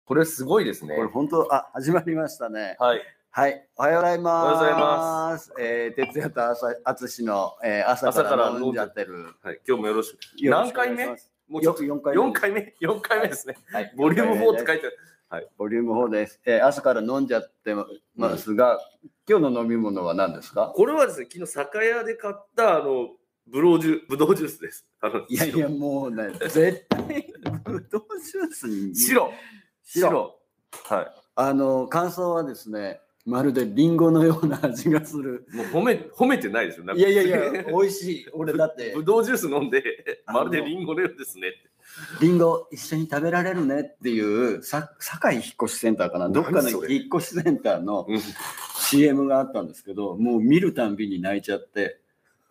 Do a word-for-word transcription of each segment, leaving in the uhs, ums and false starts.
これすごいですね。 これ本当、あ、始まりましたね。 はい。 はい。おはようございます。 おはようございます。 えー、哲也とあつしの、えー、朝から飲んじゃってる。 はい。今日もよろしく。 よろ何回目？ もうちょっとよんかいめ。 よんかいめ。よんかいめですね。 はい。 ボリュームフォーって書いてある。はい。 ボリュームフォーです。えー、朝から飲んじゃってますが、うん、今日の飲み物は何ですか？ これはですね、昨日酒屋で買ったあのブロージュブドウジュースです。あのいやいやもうね、絶対ブドウジュースに白白。はい。 あの感想はですね、まるでリンゴのような味がする。 もう褒め褒めてないですよ。 いやいやいや、美味しい。俺だってブドウジュース飲んでまるでリンゴのようですねって。 リンゴ一緒に食べられるねっていうさ堺引っ越しセンターかな、どっかの引っ越しセンターの シーエム があったんですけど、もう見るたんびに泣いちゃって。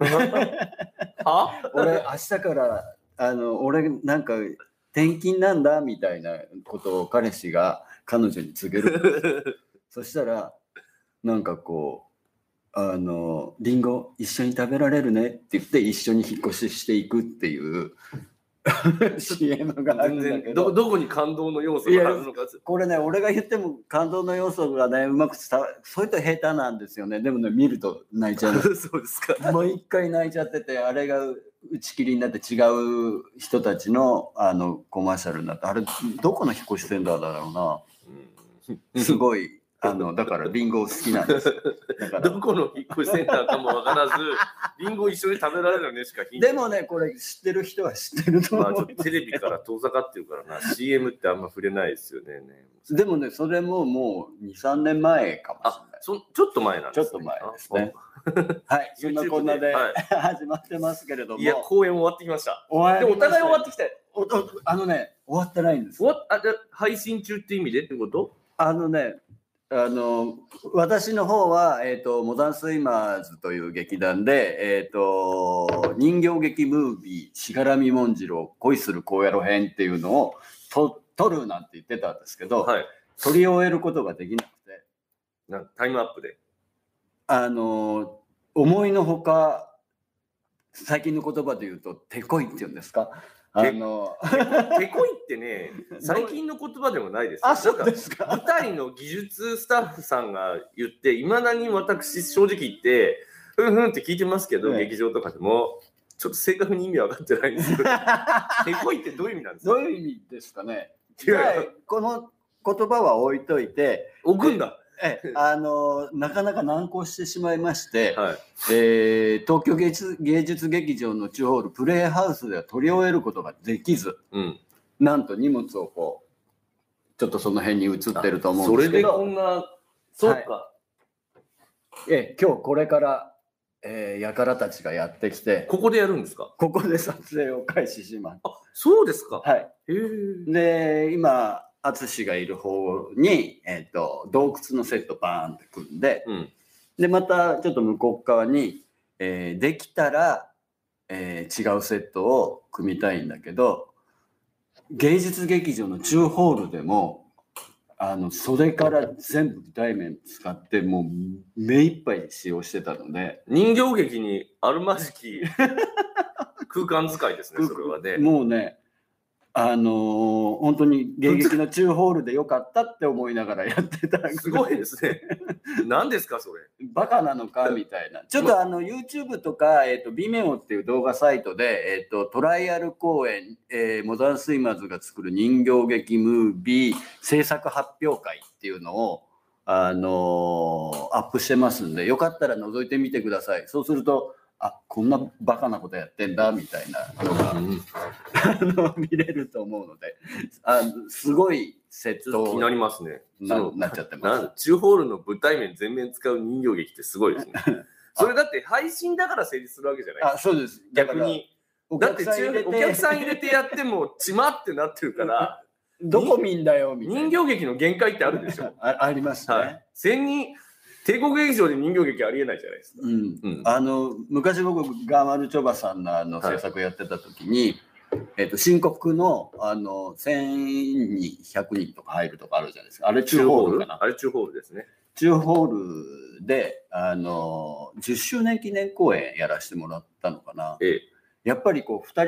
は俺明日からあの俺なんか転勤なんだみたいなことを彼氏が彼女に告げる。そしたらなんかこうあのリンゴ一緒に食べられるねって言って一緒に引っ越ししていくっていうシーエム があるんだけど、 ど, どこに感動の要素があるのか。 これね、俺が言っても感動の要素がねうまく伝わる、そういうと下手なんですよね。でもね、見ると泣いちゃう。 そうですか。 もう一回泣いちゃってて、あれが打ち切りになって違う人たちのあのコマーシャルになって、あれどこの引っ越しセンターだろうな、うん、すごいあのだからリンゴ好きなんです。だからどこの引っ越しセンターかもわからず、リンゴ一緒に食べられるねしかヒント。 でもね、これ知ってる人は知ってると思う。 まあ、ちょっとテレビから遠ざかってるからな。シーエム ってあんま触れないですよね。 でもね、それももうに、さんねんまえかもしれない。 あ、そちょっと前なんですね。 ちょっと前ですね。はい、そんなこんなで、はい、始まってますけれども。 いや、公演終わってきました。 終わでお互い終わってきて。 おあのね、終わってないんです。 終わあじゃ配信中って意味でってこと？ あのね、あの私の方は、えーと、モダンスイマーズという劇団で、えーと、人形劇ムービー「しがらみもんじろう恋する荒野郎編」っていうのをと撮るなんて言ってたんですけど、はい、撮り終えることができなくて、 なタイムアップであの思いのほか、最近の言葉で言うと「てこい」っていうんですか。あのてこいってね、最近の言葉でもないです。 あ、そうですか。 舞台の技術スタッフさんが言って、いまだに私正直言ってふんふんって聞いてますけど、ね、劇場とかでもちょっと正確に意味分かってないんですけどてこいってどういう意味なんですか？ どういう意味ですかね。この言葉は置いといて、 置くんだ。 えあのなかなか難航してしまいまして、はい、えー、東京芸術、芸術劇場の中ホールプレイハウスでは撮り終えることができず、うん、なんと荷物をこうちょっとその辺に移ってると思うんですけど、 それでこんな、そうか、はい、え今日これからえー、輩たちがやってきて、 ここでやるんですか？ ここで撮影を開始します。 あ、そうですか。 はい。へで、今淳がいる方に、えーと、洞窟のセットバーンって組んで、うん、でまたちょっと向こう側に、えー、できたら、えー、違うセットを組みたいんだけど、芸術劇場の中ホールでもあの袖から全部大面使ってもう目いっぱい使用してたので、 人形劇にあるまじき空間使いですね。それはね、 もうね、あのー、本当に芸劇の中ホールでよかったって思いながらやってた。 すごいですね。何ですかそれ？ バカなのかみたいな。ちょっとあの YouTube とか、えーと、ビメオっていう動画サイトで、えーと、トライアル公演、えー、モダンスイマーズが作る人形劇ムービー制作発表会っていうのを、あのー、アップしてますんで、よかったら覗いてみてください。そうすると、あ、こんなバカなことやってんだみたいなのが、うん、あの見れると思うので、あすごいセット気になりますね。 な, なっちゃってます。 中ホールの舞台面全面使う人形劇ってすごいですね。それだって配信だから成立するわけじゃないですか。 あ、そうです。 逆にだってお客さん入れてやってもちまってなってるからどこ見んだよみたいな。 人形劇の限界ってあるでしょ。 あ, ありますね。はい、 千人帝国劇場で人形劇ありえないじゃないですか。うんうん、あの昔僕ガーマルチョバさんのあの制作やってた時に、はい、えー、と深刻 の, あのせんにんひゃくにんとか入るとかあるじゃないですか。あれ中ホールかな。 あれ中ホールですね。 中ホールであのじゅっしゅうねん記念公演やらせてもらったのかな。ええ、やっぱりこうふたりが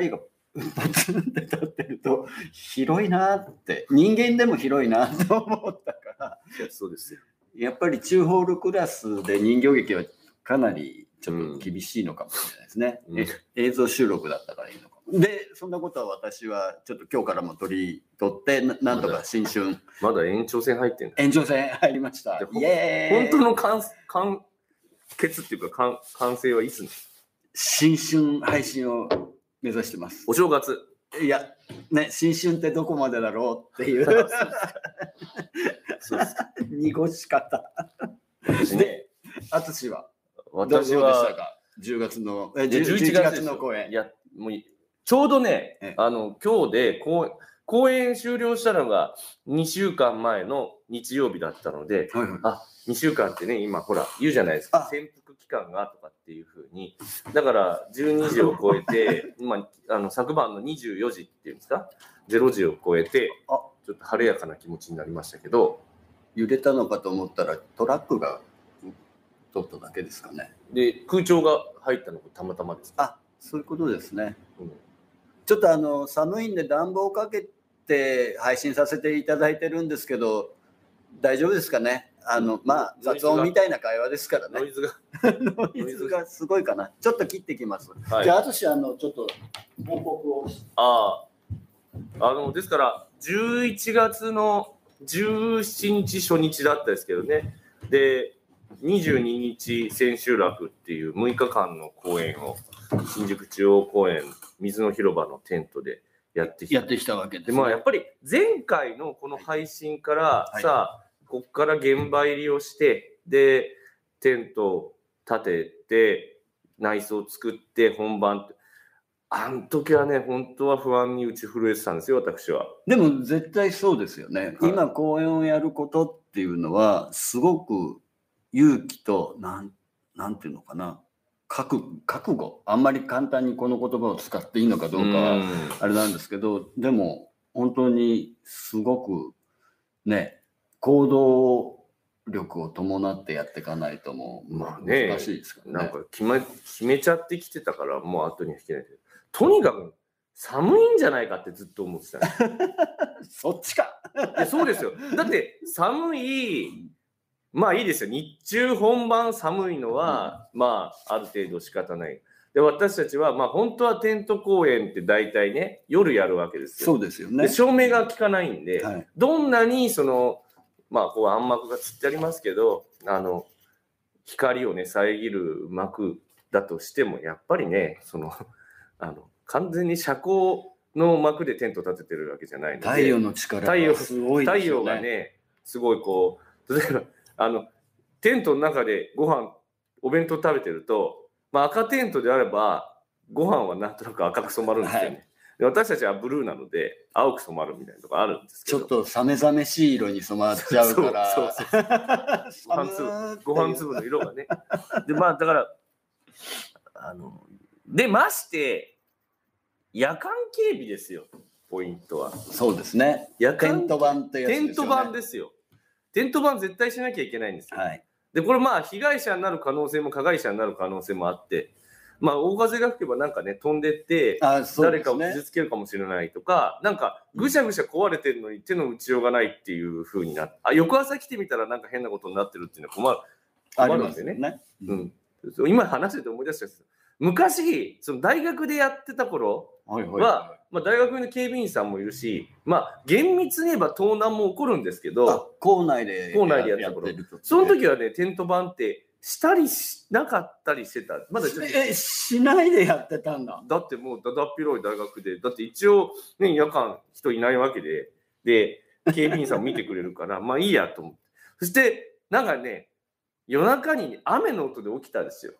ポツンって立ってると広いなって、人間でも広いなと思ったから、 いやそうですよ。 やっぱり中ホールクラスで人形劇はかなりちょっと厳しいのかもしれないですね、 うん、 え映像収録だったからいいのかも。でそんなことは私はちょっと今日からも取り取ってななんとか新春まだ延長戦入ってんだ。 延長戦入りました。イエーイ。 本当の完完結っていうか完完成はいつ？ 新春配信を目指してます。 お正月。 いやね、新春ってどこまでだろうっていうそうですか。 濁し方で、淳は私はどうでしたか？じゅうがつのえじゅういちがつの公演。 いやもうちょうどね、あの今日で公公演終了したのがにしゅうかんまえの日曜日だったので、 はいはい、 あにしゅうかんってね今ほら言うじゃないですか、潜伏期間がとかっていう風に、だからじゅうにじを超えて今あの昨晩のにじゅうよじっていうんですか、れいじを超えてあちょっと晴れやかな気持ちになりましたけど、 揺れたのかと思ったらトラックが通っただけですかね。 で空調が入ったのがたまたまです。 あ、そういうことですね、 うん、 ちょっとあの寒いんで暖房かけて配信させていただいてるんですけど大丈夫ですかね。あのまあ雑音みたいな会話ですからね。 ノイズがノイズがすごいかな。ちょっと切ってきます。 はい、 じゃあ私あのちょっと報告を。 あああのですからじゅういちがつのじゅうしちにち初日だったですけどね。でにじゅうににち千秋楽っていうむいかかんの公演を新宿中央公園水の広場のテントでやってきたやってきたわけです、ね。 でまあやっぱり前回のこの配信からさあ、はい、こっから現場入りをしてでテントを立てて内装を作って本番ってあの時はね本当は不安に打ち震えてたんですよ私は。 でも絶対そうですよね、はい、今公演をやることっていうのはすごく勇気となんなんていうのかな覚覚悟、あんまり簡単にこの言葉を使っていいのかどうかはあれなんですけど、でも本当にすごくね行動力を伴ってやっていかないともう難しいですからね。 まあね、なんか決め、決めちゃってきてたからもう後には引けないけど、とにかく寒いんじゃないかってずっと思ってた、ね、 そっちかいやそうですよ。だって寒いまあいいですよ。日中本番寒いのは、うん、まあある程度仕方ない。で私たちはまあ本当はテント公演って大体ね夜やるわけですよ。 そうですよね。 で照明が効かないんで、はい、どんなにそのまあこう暗幕がつってありますけど、あの光をね遮る幕だとしてもやっぱりねそのあの完全に遮光の幕でテント立ててるわけじゃないので、 太陽の力がすごいですよね。 太陽がねすごいこう例えばあのテントの中でご飯お弁当食べてると、まあ、赤テントであればご飯はなんとなく赤く染まるんですよね、はい、で私たちはブルーなので青く染まるみたいなとこあるんですけど、 ちょっとサメサメしい色に染まっちゃうからそうそうそうご飯粒ご飯粒の色がねでまあだからあのでまして夜間警備ですよポイントは。 そうですね。夜間テント版ってやつですよね。 テント版ですよ。テント版絶対しなきゃいけないんですよ。 はい、 でこれまあ被害者になる可能性も加害者になる可能性もあって、まあ大風が吹けばなんかね飛んでって誰かを傷つけるかもしれないとか、なんかぐしゃぐしゃ壊れてるのに手の打ちようがないっていう風になって、あ翌朝来てみたらなんか変なことになってるっていうのは困る困るんでね。 ねうん、今話してて思い出したんですよ。昔その大学でやってた頃は、はいはいはい、まあ、大学の警備員さんもいるし、まあ、厳密に言えば盗難も起こるんですけど、 校内で校内でやってた頃、その時はねテント版ってしたりしなかったりしてた。まだちょっとえしないでやってたんだ。 だってもうだだっ広い大学で、だって一応ね夜間人いないわけで、で警備員さんも見てくれるからまあいいやと思って、そしてなんかね夜中に雨の音で起きたんですよ。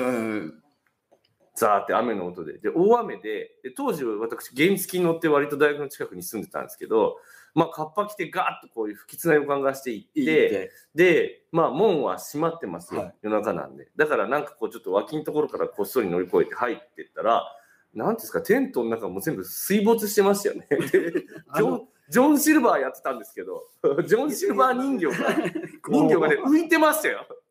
ザーって雨の音で、で大雨 で, で当時私原付に乗って割と大学の近くに住んでたんですけど、まあカッパ着てガーッとこういう不吉な予感がしていって、でまあ門は閉まってますよ、はい、夜中なんで。だからなんかこうちょっと脇のところからこっそり乗り越えて入ってったら、なんですかテントの中も全部水没してましたよね。でジョンジョン・シルバーやってたんですけど、ジョン・シルバー人形が人形がね浮いてましたよ。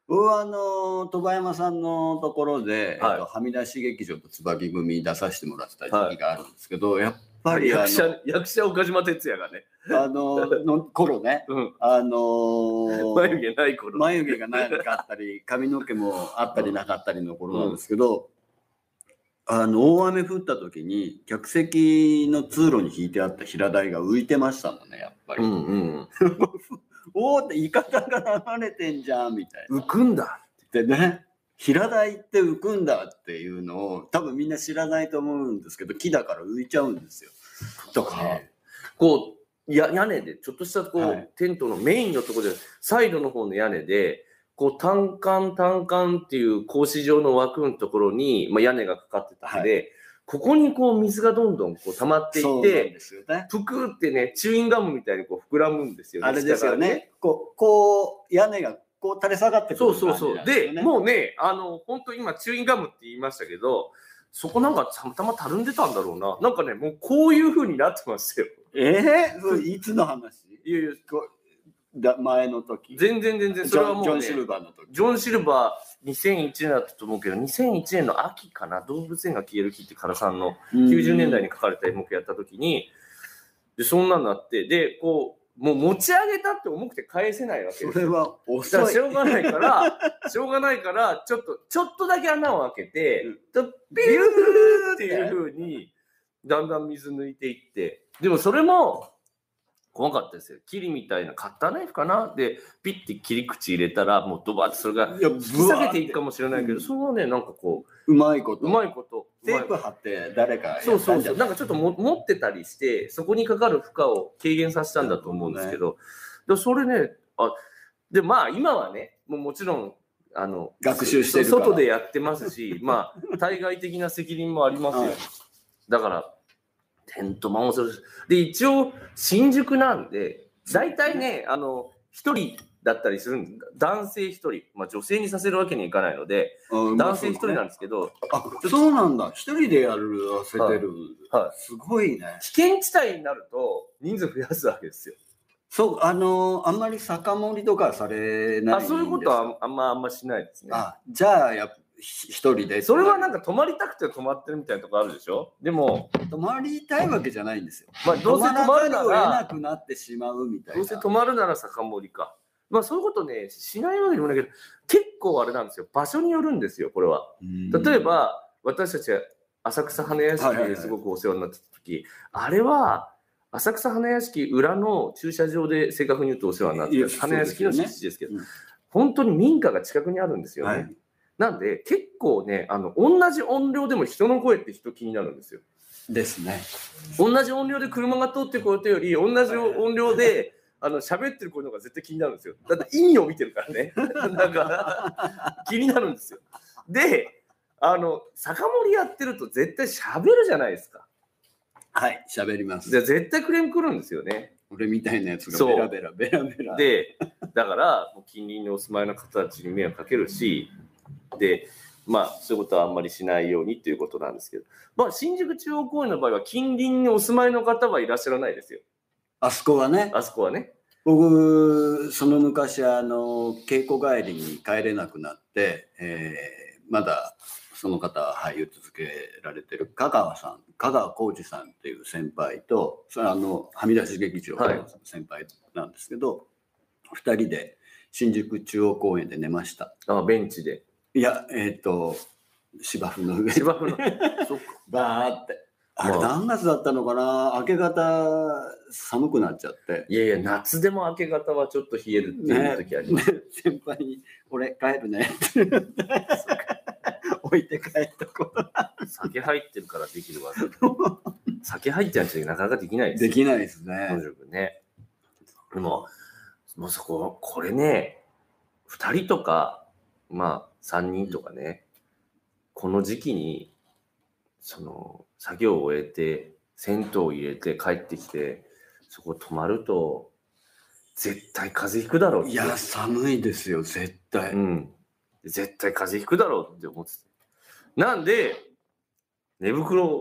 僕はあの鳥羽山さんのところで、 はいえっと、はみ出し劇場と椿組出させてもらってた時期があるんですけど、やっぱり役者役者岡島哲也がね、 あのの頃ね、 うん、 あの眉毛ない頃、 眉毛がないのかあったり髪の毛もあったりなかったりの頃なんですけど、うん、あの大雨降った時に客席の通路に引いてあった平台が浮いてましたもんね、やっぱり。うんうん、おーって言い方が流れてんじゃんみたいな。 浮くんだってね、平台って浮くんだっていうのを多分みんな知らないと思うんですけど、木だから浮いちゃうんですよ。とか、ね、 こうや屋根でちょっとしたこう、はい、テントのメインのところでサイドの方の屋根でこう単管単管っていう格子状の枠のところに、まあ、屋根がかかってたので、はい、ここにこう水がどんどんこう溜まっていってぷくってねチューインガムみたいにこう膨らむんですよね。 あれですよね。こう、こう屋根がこう垂れ下がってくる感じなんですよね。 そうそうそう。でもうねあの本当今チューインガムって言いましたけど、そこなんかたまたまたるんでたんだろうな。なんかねもうこういう風になってましたよ。 えー、いつの話？ いやいやだ前の時。 全然全然それはもう、ね、 ジョン・シルバーの時。 ジョン・シルバーにせんいちねんだったと思うけど、にせんいちねんの秋かな、動物園が消える日って唐さんのきゅうじゅうねんだいに書かれた演目やった時に、でそんなになって、でこうもう持ち上げたって重くて返せないわけです。 それは遅い。 しょうがないからしょうがないからちょっとちょっとだけ穴を開けて、うん、ビューっていう風にだんだん水抜いていって、でもそれも怖かったですよ。切りみたいなカッターナイフかなでピッて切り口入れたらもうドバッとそれが引き下げていくかもしれないけど、うん、そのねなんかこううまいことうまいことテープ貼って誰かやったんじゃない？ そうそうそう、なんかちょっとも持ってたりしてそこにかかる負荷を軽減させたんだと思うんですけど、でそれねあでまあ今はねもうもちろんあの学習してるから外でやってますしまあ対外的な責任もありますよ、はい、だからテントマンをするで一応新宿なんで大体ねあのひとりだったりするんだ、男性ひとり、まあ、女性にさせるわけにはいかないので男性ひとりなんですけど、 あそうなんだ、ひとりでやるせてる、はいはい、すごいね。 危険地帯になると人数増やすわけですよ。 そうあのー、あんまり酒盛りとかされないんですか？あそういうことはあんまあんましないですね。 あじゃあやっぱ一人でそれはなんか泊まりたくて泊まってるみたいなとこあるでしょ。でも泊まりたいわけじゃないんですよ。 まあどうせ泊まるなら泊まらざるを得なくなってしまうみたいな。 どうせ泊まるなら酒盛りか。まあそういうことねしないわけでもないけど結構あれなんですよ。場所によるんですよこれは。例えば私たちは浅草花屋敷ですごくお世話になってた時、あれは浅草花屋敷裏の駐車場で正確に言うとお世話になってた花屋敷の敷地ですけど、うん、本当に民家が近くにあるんですよね。はい、なんで結構ねあの同じ音量でも人の声って人気になるんですよ。 ですね。 同じ音量で車が通ってくる音より同じ音量であの喋ってる声の方が絶対気になるんですよ。だって陰を見てるからね。だから気になるんですよ。で、あの酒盛りやってると絶対喋るじゃないですか。 はい、喋ります。 で絶対クレーム来るんですよね。 俺みたいなやつがベラベラベラベラ。 で、だから近隣にお住まいの方たちに迷惑かけるし、で、まあそういうことはあんまりしないようにということなんですけど、まあ新宿中央公園の場合は近隣にお住まいの方はいらっしゃらないですよ。 あそこはね。 あそこはね。 僕その昔あの稽古帰りに帰れなくなって、えー、まだその方は俳優続けられてる香川さん、香川浩二さんっていう先輩と、それあのはみ出し劇場の先輩なんですけど、ふたりで新宿中央公園で寝ました。 あ、ベンチで。 いや、えっと芝生の上で芝生のそっかバーってあれ何月だったのかな、明け方寒くなっちゃって。 いやいや夏でも明け方はちょっと冷えるっていう時あります、 ねね、先輩に俺帰るねって置いて帰ったこと。 酒入ってるからできるわ。酒入ってないとなかなかできないですよ。できないですね。 ね。でももうそここれねふたりとかまあさんにんとかね、この時期にその作業を終えて銭湯を入れて帰ってきてそこ泊まると絶対風邪ひくだろうって。 いや寒いですよ絶対、 うん、絶対風邪ひくだろうって思ってて、なんで寝袋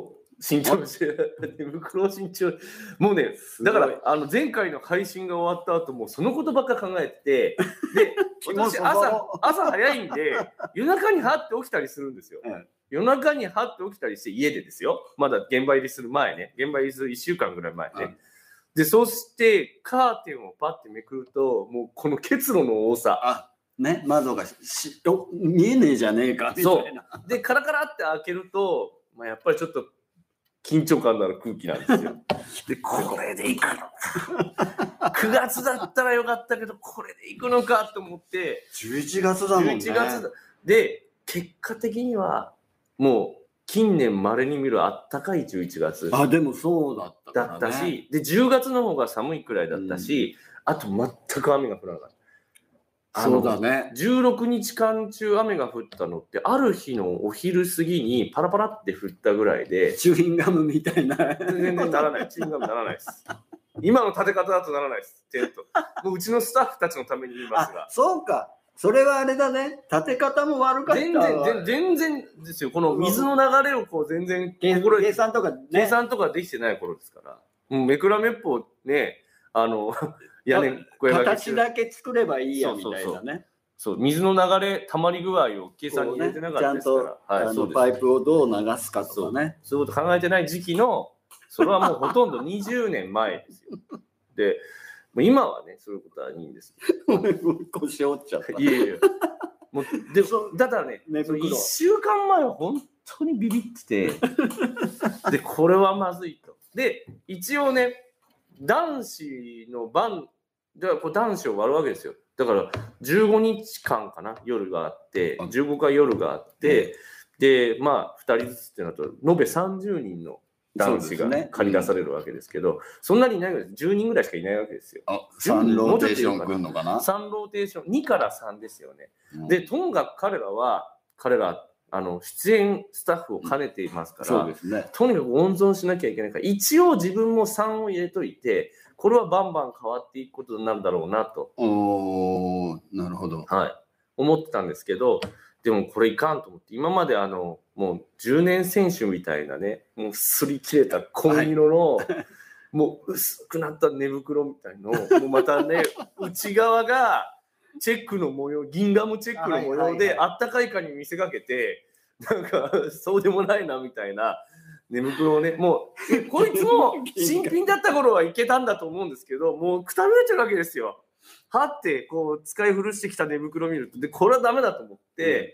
新調してる。寝袋を新調。もうね、だからあの前回の配信が終わった後もそのことばっか考えてて、で、私朝朝早いんで夜中にはって起きたりするんですよ。うん、夜中にはって起きたりして家でですよ。まだ現場入りする前ね。現場入りするいっしゅうかんぐらい前ね。うん、で、そうしてカーテンをパッてめくると、もうこの結露の多さ。 あね、窓がしお見えねえじゃねえかみたいな。 そうでカラカラって開けると、まあ、やっぱりちょっと緊張感のある空気なんですよ。でこれでいくのくがつだったらよかったけどこれでいくのかと思ってじゅういちがつだもんね。 じゅういちがつだで結果的にはもう近年まれに見るあったかいじゅういちがつあでもそうだったから、ね、 だったしでじゅうがつの方が寒いくらいだったし、うん、あと全く雨が降らなかった。 そうだね。 じゅうろくにちかん中雨が降ったのってある日のお昼過ぎにパラパラって降ったぐらいでチューインガムみたいな全然ならないチューインガムならないです今の立て方だとならないですテントもううちのスタッフたちのために言いますがそうかそれはあれだね立て方も悪かった全然全然ですよこの水の流れをこう全然計算とか、ね、 計算とかできてない頃ですからもうめくらめっぽうねあの屋根形だけ作ればいいやみたいなね。 そう水の流れ溜まり具合を計算に入れてなかったですから、ね、ちゃんと、 はい、あのパイプをどう流すかとかねそういうこと考えてない時期のそれはもうほとんどにじゅうねんまえですよ。で今はねそういうことはいいんですけど腰折っちゃった。 いやいやもうでだからねいっしゅうかんまえは本当にビビっててでこれはまずいと。で一応ね男子の番だからこう男子を割るわけですよ。だからじゅうごにちかんかな夜があってじゅうごかい夜があって、うん、でまあふたりずつってなると延べさんじゅうにんの男子が借り出されるわけですけど そ,、ねうん、そんなにいないわけです。じゅうにんぐらいしかいないわけですよ。 あさんローテーションくんのかな。 さんローテーションにからさんですよね。うん、でともかく彼らは彼らあの出演スタッフを兼ねていますから、 うんそうですね、 とにかく温存しなきゃいけないから一応自分もさんを入れといてこれはバンバン変わっていくことになるだろうなとおなるほど、 はい、思ってたんですけどでもこれいかんと思って今まであのもうじゅうねん選手みたいなねもう擦り切れた紺色の、はい、もう薄くなった寝袋みたいのもうまたね内側がチェックの模様銀ガムチェックの模様であったかいかに見せかけてなんかそうでもないなみたいな寝袋をねもうこいつも新品だった頃はいけたんだと思うんですけどもうくたびれてるわけですよ。はってこう使い古してきた寝袋を見るとでこれはダメだと思って、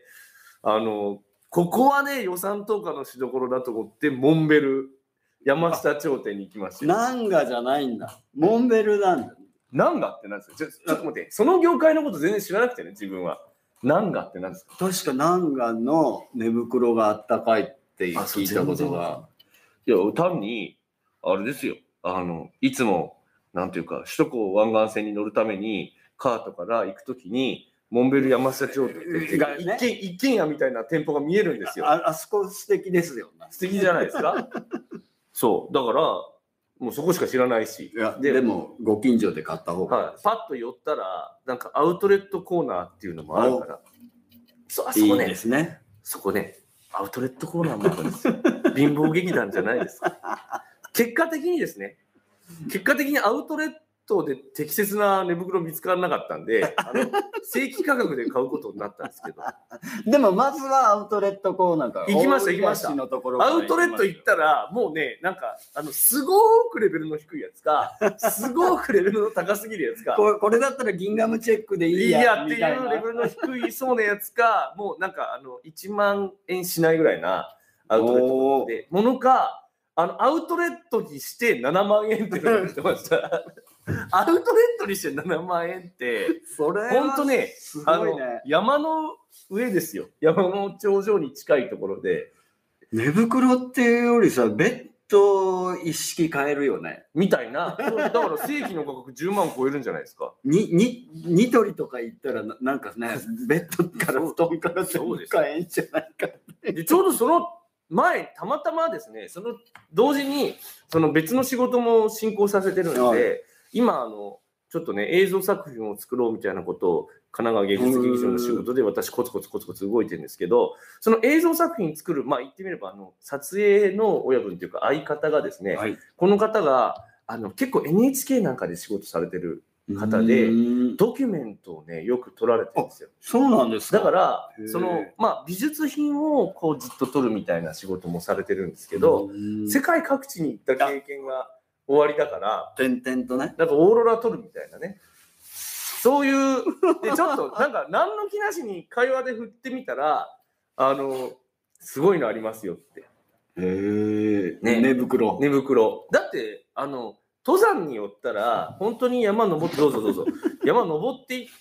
うん、あのここはね予算投下のしどころだと思ってモンベル山下頂点に行きました。 ナンガじゃないんだモンベルなんだ。 ナンガって何ですか。ちょ、ちょっと待ってその業界のこと全然知らなくてね自分は。ナンガって何ですか。 確かナンガの寝袋があったかいって聞いたことが。 いや単にあれですよあのいつもなんていうか首都高湾岸線に乗るためにカートから行くときにモンベル山下頂点って一軒一軒家みたいな店舗が見えるんですよ。 あ, あそこ素敵ですよ、ね、 素敵じゃないですかそうだからもうそこしか知らないし。 いや で, でもご近所で買った方が、 はい、パッと寄ったらなんかアウトレットコーナーっていうのもあるからそ, あそこねいいですねそこねアウトレットコーナーもあるんですよ貧乏劇団じゃないですか結果的にですね結果的にアウトレットで適切な寝袋見つからなかったんであの正規価格で買うことになったんですけどでもまずはアウトレットコーナーから行きました行きました。アウトレット行ったらもうねなんかあのすごくレベルの低いやつかすごくレベルの高すぎるやつかこ, これだったらギンガムチェックでいいやいいやっていうレベルの低いそうなやつかもうなんかあのいちまんえんしないぐらいなアウトレットでものかあのアウトレットにしてななまんえんっていうのが出てましたアウトレットにしてななまんえんってそれほんとねすごいねあの山の上ですよ山の頂上に近いところで寝袋っていうよりさベッド一式買えるよねみたいなだから正規の価格じゅうまん超えるんじゃないですかににニトリとか行ったら な, なんかねベッドから布団から全部買えんじゃないかでちょうどその前たまたまですねその同時にその別の仕事も進行させてるんで今あのちょっとね、映像作品を作ろうみたいなことを、神奈川芸術劇場の仕事で私コツコツコツコツ動いてるんですけど、その映像作品作る、まあ言ってみれば、あの、撮影の親分というか相方がですね、 はい、 この方が、あの、結構 エヌエイチケー なんかで仕事されてる方で、ドキュメントをね、よく撮られてるんですよ。 そうなんですか。 だから、その、まあ美術品をこうずっと撮るみたいな仕事もされてるんですけど、世界各地に行った経験が終わりだから、 点々とね。 なんかオーロラ撮るみたいなね。そういう、で、ちょっとなんか何の気なしに会話で振ってみたら、あの、すごいのありますよって。 へえ、 ね、 寝袋。 寝袋。だって、あの、登山によったら、本当に山登って、どうぞどうぞ。山登っていって、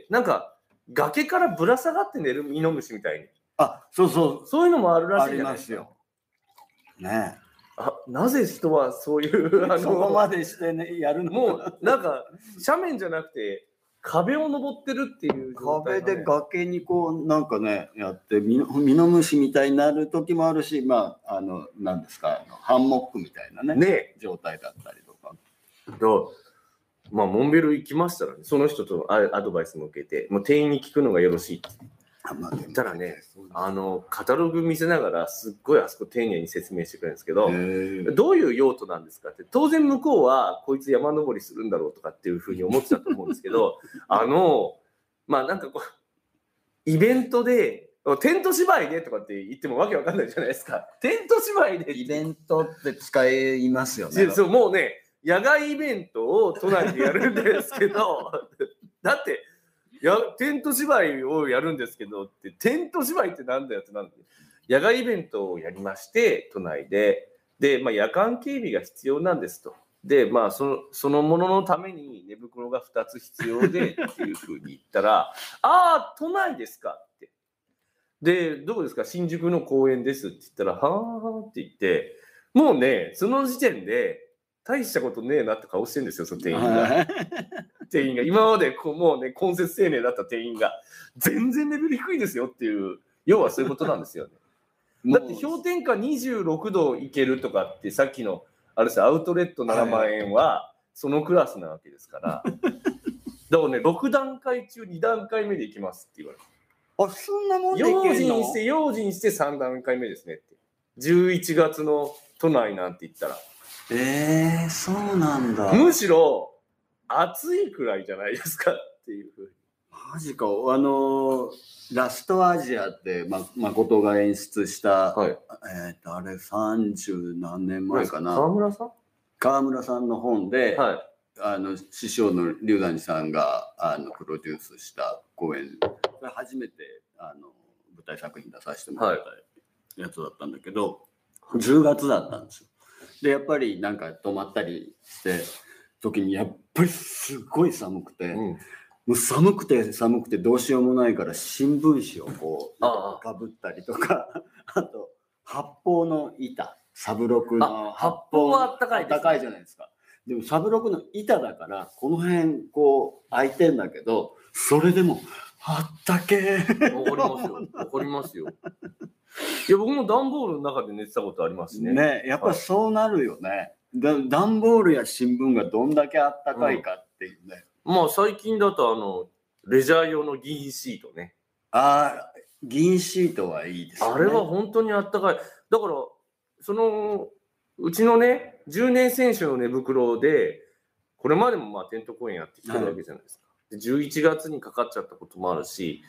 なんか、崖からぶら下がって寝るミノムシみたいに。 あ、そうそう。 そういうのもあるらしいじゃないですか。 ありますよ。ねえ。 あ、なぜ人はそういう、あの、 そこまでしてね、やるのもう、なんか、斜面じゃなくて、壁を登ってるっていう状態、 ね、壁で崖にこう、なんかね、やって、ミノミノムシみたいになる時もあるし、まあ、あの、なんですか、あのハンモックみたいなね、 ね状態だったりとか。 と、まあ、モンベル行きましたらね、その人とアアドバイスも受けて、もう店員に聞くのがよろしいって言ったらね、あの、カタログ見せながら、すっごいあそこ丁寧に説明してくれるんですけど、どういう用途なんですかって、当然向こうは、こいつ山登りするんだろうとかっていうふうに思ってたと思うんですけど、あの、まあなんかこう、イベントで、テント芝居でとかって言ってもわけわかんないじゃないですか。テント芝居で。 イベントって使いますよね。 そう、もうね、野外イベントを都内でやるんですけど、だって、やテント芝居をやるんですけどって、テント芝居ってなんだよってなんで、野外イベントをやりまして、都内で。で、まあ、夜間警備が必要なんですと。で、まあ、その、そのもののために寝袋がふたつ必要でっていうふうに言ったら、ああ、都内ですかって。で、どこですか新宿の公園ですって言ったら、はーって言って、もうね、その時点で、大したことねえなって顔してるんですよ、その店員が。店員が。今までこうもうね、根節丁寧だった店員が、全然レベル低いですよっていう、要はそういうことなんですよね。だって氷点下にじゅうろくどいけるとかって、さっきの、あれですアウトレットななまん円は、そのクラスなわけですから。だからね、ろくだんかい中にだんかいめで行きますって言われて。 あ、そんなもんでいけんの？ 用心して、用心してさんだんかいめですねって。じゅういちがつの都内なんて言ったら。 えー、そうなんだ。 むしろ暑いくらいじゃないですかっていうふうに。 マジか。あのラストアジアってま誠が演出した、はい、えっとあれさんじゅうなんねんまえかな。 川村さん川村さんの本で、 はい、 あの師匠の龍谷さんがあのプロデュースした公演、それ初めてあの舞台作品出させてもらったやつだったんだけど、はい、じゅうがつだったんですよ。でやっぱりなんか泊まったりして時にやっぱりすごい寒くて、うん、もう寒くて寒くてどうしようもないから新聞紙をこうかぶったりとか、あと発泡の板、サブロクの発泡はあったかいですね。 あったかいじゃないですか。でもサブロクの板だからこの辺こう開いてんだけど、それでもあったけー。 わかりますよ。わかりますよ。いや僕も段ボールの中で寝てたことありますね。 ね、やっぱそうなるよね。だ段ボールや新聞がどんだけあったかいかっていうね。 うん、まあ最近だとあのレジャー用の銀シートね。 ああ、銀シートはいいですね。 あれは本当にあったかい。だからそのうちのねじゅうねん選手の寝袋でこれまでもまあテント公演やってきてるわけじゃないですか。はい、じゅういちがつにかかっちゃったこともあるし。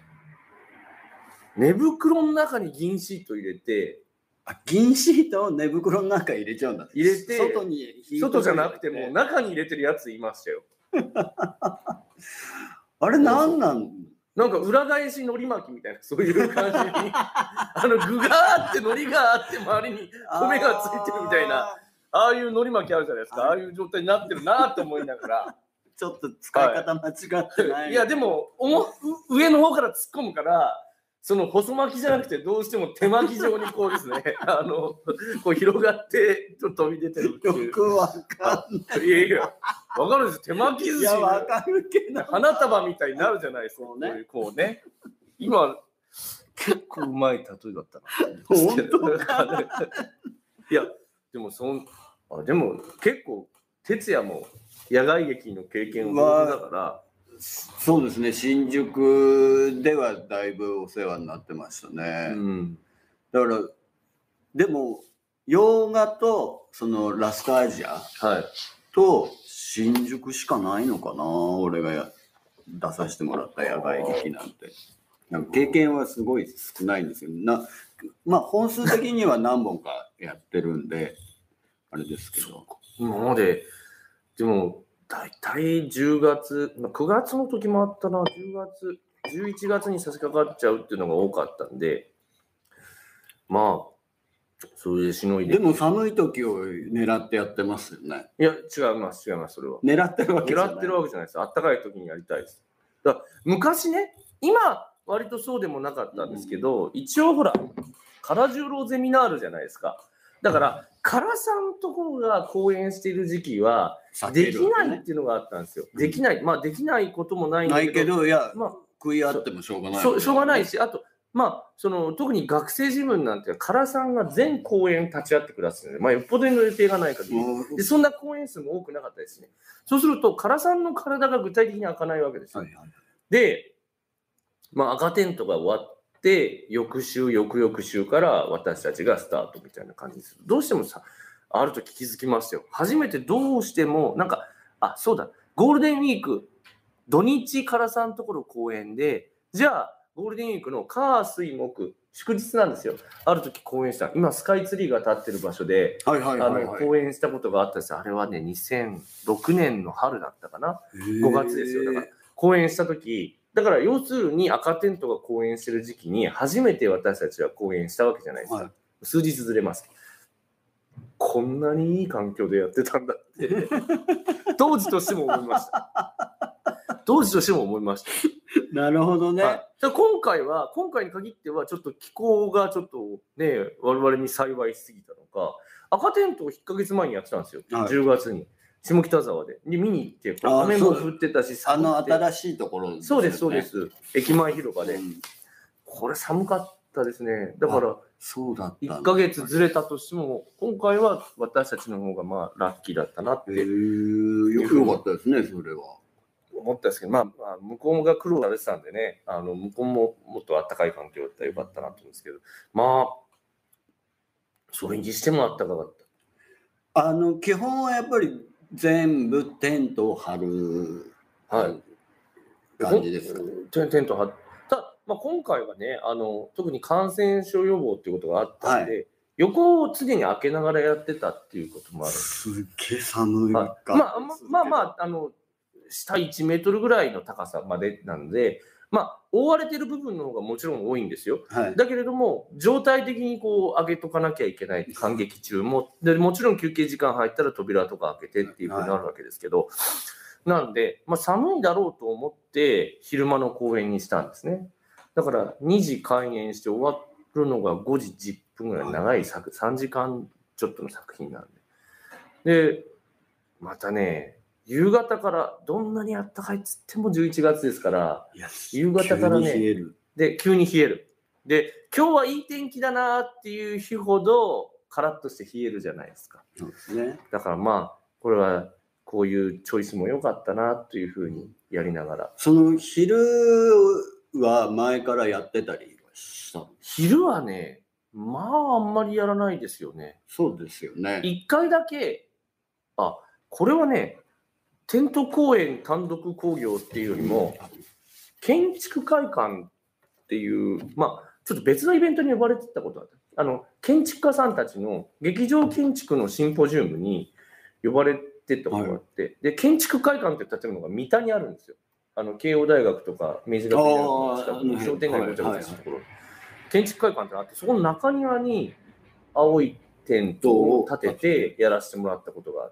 寝袋の中に銀シート入れて、 あ、銀シートを寝袋の中入れちゃうんだ。 入れて、 外に外じゃなくても中に入れてるやついましたよ。 あれなんなん？ なんか裏返しのり巻きみたいなそういう感じにあの具があって海苔があって周りに米がついてるみたいなああいう海苔巻きあるじゃないですか。ああいう状態になってるなと思いながら。 ちょっと使い方間違ってない。 はい、いやでもおも上の方から突っ込むから。その細巻きじゃなくてどうしても手巻き状にこうですねあのこう広がってちょっと飛び出てるっていう。 よくわかんない。 いやいやわかるんです手巻き寿司。 いやわかるけど花束みたいになるじゃないですか。こうね、こうね今結構うまい例えだったな。 本当か。 いやでもそんあでも結構哲也も野外劇の経験を豊富だから、 そうですね、新宿ではだいぶお世話になってましたね。うん、だからでも洋画とそのラストアジアと新宿しかないのかな、俺がや出させてもらった野外劇なんて。なんか経験はすごい少ないんですよ。なまあ本数的には何本かやってるんであれですけど。 今まででも大体じゅうがつ、くがつの時もあったな、じゅうがつ、じゅういちがつに差し掛かっちゃうっていうのが多かったんで、まあ、それでしのいで。 でも寒い時を狙ってやってますよね。 いや、違います、違います、それは。 狙ってるわけじゃない。 狙ってるわけじゃないです。あったかい時にやりたいです。だから昔ね、今、割とそうでもなかったんですけど、うん、一応ほら、唐十郎ゼミナールじゃないですか。だから、唐さんところが講演している時期は、できないっていうのがあったんですよ。ね、できない。まあ、できないこともないんだけど。 ないけど、いや、まあ、食い合ってもしょうがない、 ねし。しょうがないし、あと、まあ、その特に学生自分なんて唐さんが全講演立ち会ってくださるので、まあ、よっぽどの予定がない限りで、そんな講演数も多くなかったですね。そうすると唐さんの体が具体的に開かないわけですよ。はいはい、で、まあ、赤テントが終わって翌週翌々週から私たちがスタートみたいな感じです。どうしてもさ、ある時気づきますよ。初めてどうしてもなんか、あ、そうだ、ゴールデンウィーク土日唐さんのところ公演で、じゃあゴールデンウィークの火水木祝日なんですよ。ある時公演した、今スカイツリーが立ってる場所で公演したことがあったんです。あれはねにせんろくねんの春だったかな、ごがつですよ。だから公演した時、だから要するに赤テントが公演してる時期に初めて私たちは公演したわけじゃないですか、はい、数日ずれます。こんなにいい環境でやってたんだって当時としても思いました当時としても思いました。 なるほどね。 はい、今回は今回に限ってはちょっと気候がちょっとね我々に幸いしすぎたのか、赤テントをいっかげつまえにやってたんですよ、はい、じゅうがつに下北沢でで見に行って、雨も降ってたし、 あの新しいところですよね。そうですそうです、駅前広場で、うん、これ寒かったですね。だからそうだったいっかげつずれたとしても今回は私たちの方がまあラッキーだったなって。へー、よかったですね、それは。 思ったんですけど、まあ、まあ、向こうが苦労されてたんでね、あの向こうももっと暖かい環境だったらよかったなと思うんですけど、まあそれにしても暖かかった。 あの基本はやっぱり全部テントを張る、はい、感じですか。 テント張る。た、まあ、今回はね、あの特に感染症予防っていうことがあったんで、はい、横を常に開けながらやってたっていうこともある。 すっげえ寒いか、 はい、まあまあまああの下いちメートルぐらいの高さまでなんで、まあ、覆われてる部分の方がもちろん多いんですよ。はい、だけれども、状態的にこう上げとかなきゃいけない、観劇中も。でもちろん休憩時間入ったら扉とか開けてっていうふうになるわけですけど、はい、なんで、まあ、寒いだろうと思って昼間の公演にしたんですね。だからにじ開演して終わるのがごじじゅっぷんぐらい長い作、さんじかんちょっとの作品なんで。で、またね、夕方からどんなにあったかいっつってもじゅういちがつですから、夕方からね、急に冷える。で、急に冷える。で、今日はいい天気だなっていう日ほどカラッとして冷えるじゃないですか。 そうですね。 だからまあ、これはこういうチョイスも良かったなというふうにやりながら。 その昼は前からやってたりした？ 昼はね、まああんまりやらないですよね。 そうですよね。 一回だけ、あ、これはね、テント公園単独興行っていうよりも、建築会館っていう、まあ、ちょっと別のイベントに呼ばれてたことがあった。あの、建築家さんたちの劇場建築のシンポジウムに呼ばれてたことがあって、はい、で、建築会館って建物が三田にあるんですよ。あの、慶応大学とか明治学院の近くの商店街ごちゃごちゃしたところ。建築会館ってあって、そこの中庭に青いテントを立ててやらせてもらったことがあって、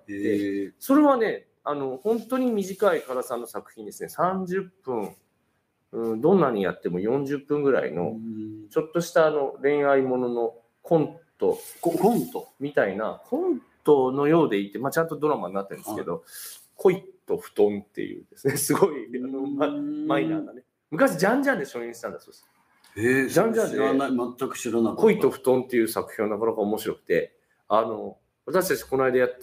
それはね、あの本当に短い唐さんの作品ですね。さんじゅっぷん、うん、どんなにやってもよんじゅっぷんぐらいのちょっとしたあの恋愛もののコントコントみたいなコントのようでいて、まあ、ちゃんとドラマになってるんですけど、恋と布団っていうですね、すごいあの、ま、マイナーなね、昔ジャンジャンで初演したんだそうです。 えー、ジャンジャンで知らない、全く知らなかった。 恋と布団っていう作品はなかなか面白くて、あの私たちこの間やった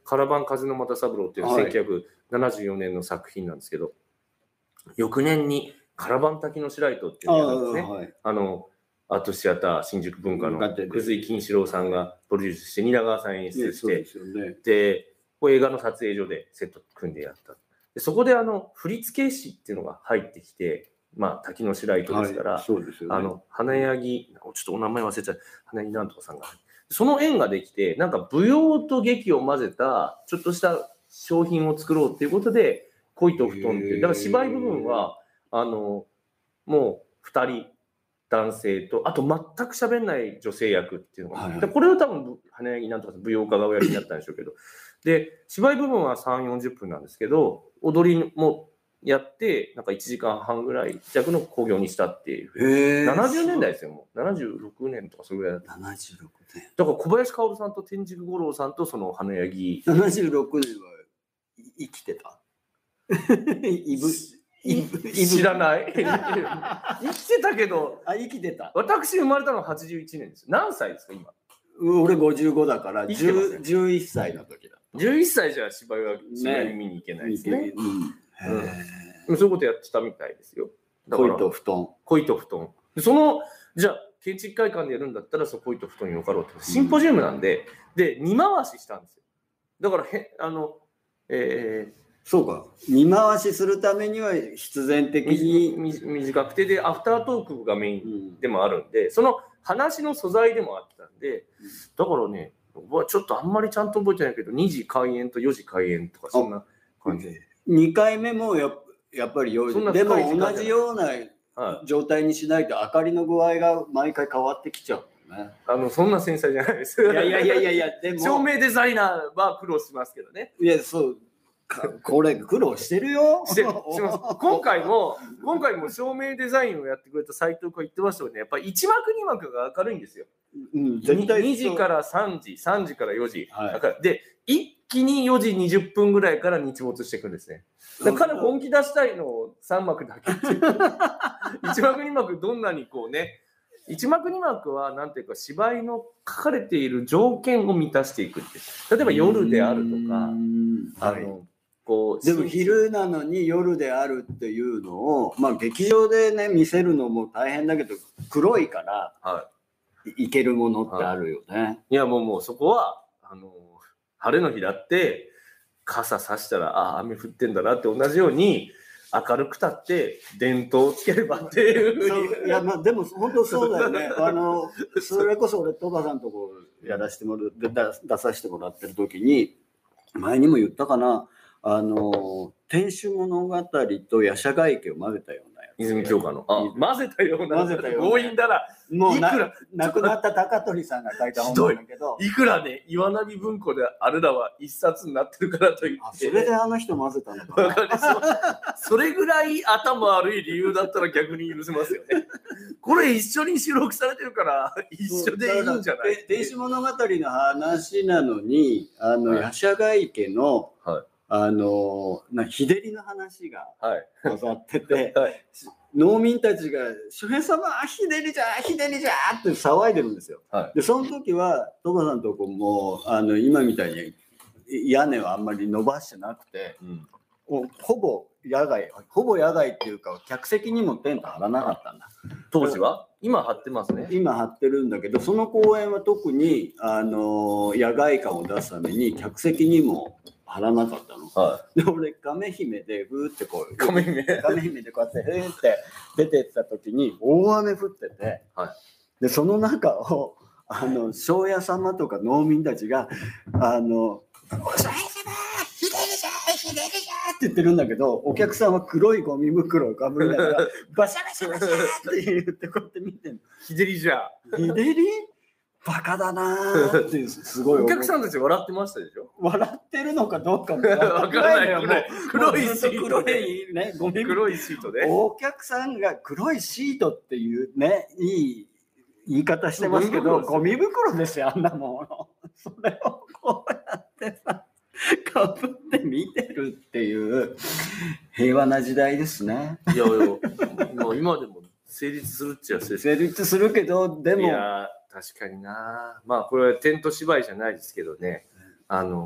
カラバン風の又三郎っていうはいせんきゅうひゃくななじゅうよねんの作品なんですけど、翌年にカラバン滝の白糸っていうのをやるんですね。 はい、 あのアートシアター新宿文化の文化展で久井金四郎さんがプロデュースして蜷川さん演出ね、 してそうですよね。 でこれ映画の撮影所でセット組んでやったでそこであの振付師っていうのが入ってきて、まあ、滝の白糸ですから、 はい、そうですよね。 あの花柳ちょっとお名前忘れちゃう花柳なんとかさんがその縁ができてなんか舞踊と劇を混ぜたちょっとした商品を作ろうっていうことで恋と布団っていうだから芝居部分はあのもうふたり男性とあと全く喋んない女性役っていうのが、はいはい、これを多分花柳なんとか舞踊家がおやりになったんでしょうけどで芝居部分はさんじゅう、よんじゅっぷんなんですけど踊りもやってなんかいちじかんはんぐらい弱の興行にしたっていうななじゅうねんだいですよもうななじゅうろくねんとかそれぐらいだったななじゅうろくねんだから小林薫さんと天竺五郎さんとその花柳ななじゅうろくねんは生きてたいぶ知らない生きてたけどあ生きてた私生まれたのははちじゅういちねんです何歳ですか今俺ごじゅうごだからじゅう、じゅういっさいの時だじゅういっさいじゃ芝居は芝居見に行けないですね、ねうんうん、そういうことやってたみたいですよだから恋と布団恋と布団そのじゃあ建築会館でやるんだったらその恋と布団によかろうってシンポジウムなんで、うん、でに回ししたんですよだからへあのえーそうか見回しするためには必然的に短くてでアフタートークがメインでもあるんで、うん、その話の素材でもあったんでだからねちょっとあんまりちゃんと覚えてないけどにじ開演とよじ開演とかそんな感じでにかいめも や, やっぱりよじでも同じような状態にしないと明かりの具合が毎回変わってきちゃう。ね、 あのそんな繊細じゃないです。 いやいやいやいやいやでも照明デザイナーは苦労しますけどね。 いやそうこれ苦労してるよ。 してします今回も今回も照明デザインをやってくれた斉藤君が言ってましたよね。やっぱりいち幕に幕が明るいんですよ。うん、絶対にじからさんじ、さんじからよじ、はい、で一気によじにじゅっぷんぐらいから日没していくんですね。だから本気出したいのをさん幕だけっていういち幕に幕どんなにこうねいち幕に幕はなんていうか芝居の書かれている条件を満たしていくって例えば夜であるとかあの、はい、こうでも昼なのに夜であるっていうのをまあ劇場でね見せるのも大変だけど黒いから、はい、いけるものってあるよね。はい、 いやもうもうそこはあの晴れの日だって傘さしたらあ雨降ってんだなって同じように明るくたって電灯をつければっていういやまあでも本当そうだよねあのそれこそ俺戸田さんとこやらせてもらって出させてもらってる時に前にも言ったかなあの天守物語と夜叉ヶ池を混ぜたようなやつ泉鏡花のあ混ぜたような混ぜたような強引だなもうな亡くなった高取さんが書いた本なんだけどいくらね岩波文庫であれらは一冊になってるからといってそれであの人混ぜたのかなそれぐらい頭悪い理由だったら逆に許せますよねこれ一緒に収録されてるから一緒でいいんじゃない天守物語の話なのにあの、はい、夜叉ヶ池の、はいあのな日照りの話が混ざってて、はいはい、農民たちが「周平様日照りじゃ日照りじゃ!」って騒いでるんですよ。はい、でその時は戸田さんとこもあの今みたいに屋根はあんまり伸ばしてなくて、うん、ほぼ野外ほぼ野外っていうか客席にもテント張らなかったんだ当時は。今張ってますね。 今張ってるんだけどその公演は特にあの野外感を出すために客席にも張らなかったの。はい、で俺亀姫でふーってこう亀姫亀姫でこうやってふーって出てった時に大雨降ってて、はい、でその中をあの庄屋様とか農民たちがあの「お庄屋様ひでるじゃひでるじゃ」って言ってるんだけどお客さんは黒いゴミ袋をかぶりながらバシャバシャバシャって言ってこうやって見てんの。 ひでりじゃひでりバカだなーってすごいお客さんたち笑ってましたでしょ。 笑ってるのかどうかも分からないよね。黒いシートで、 ね、ゴミ黒いシートでお客さんが黒いシートっていうねいい言い方してますけどゴミ袋ですよあんなもの。それをこうやってさかぶって見てるっていう平和な時代ですね。 いやいやもう今でも成立するっちゃ成立するけどでも。 いや確かになまあこれはテント芝居じゃないですけどねあの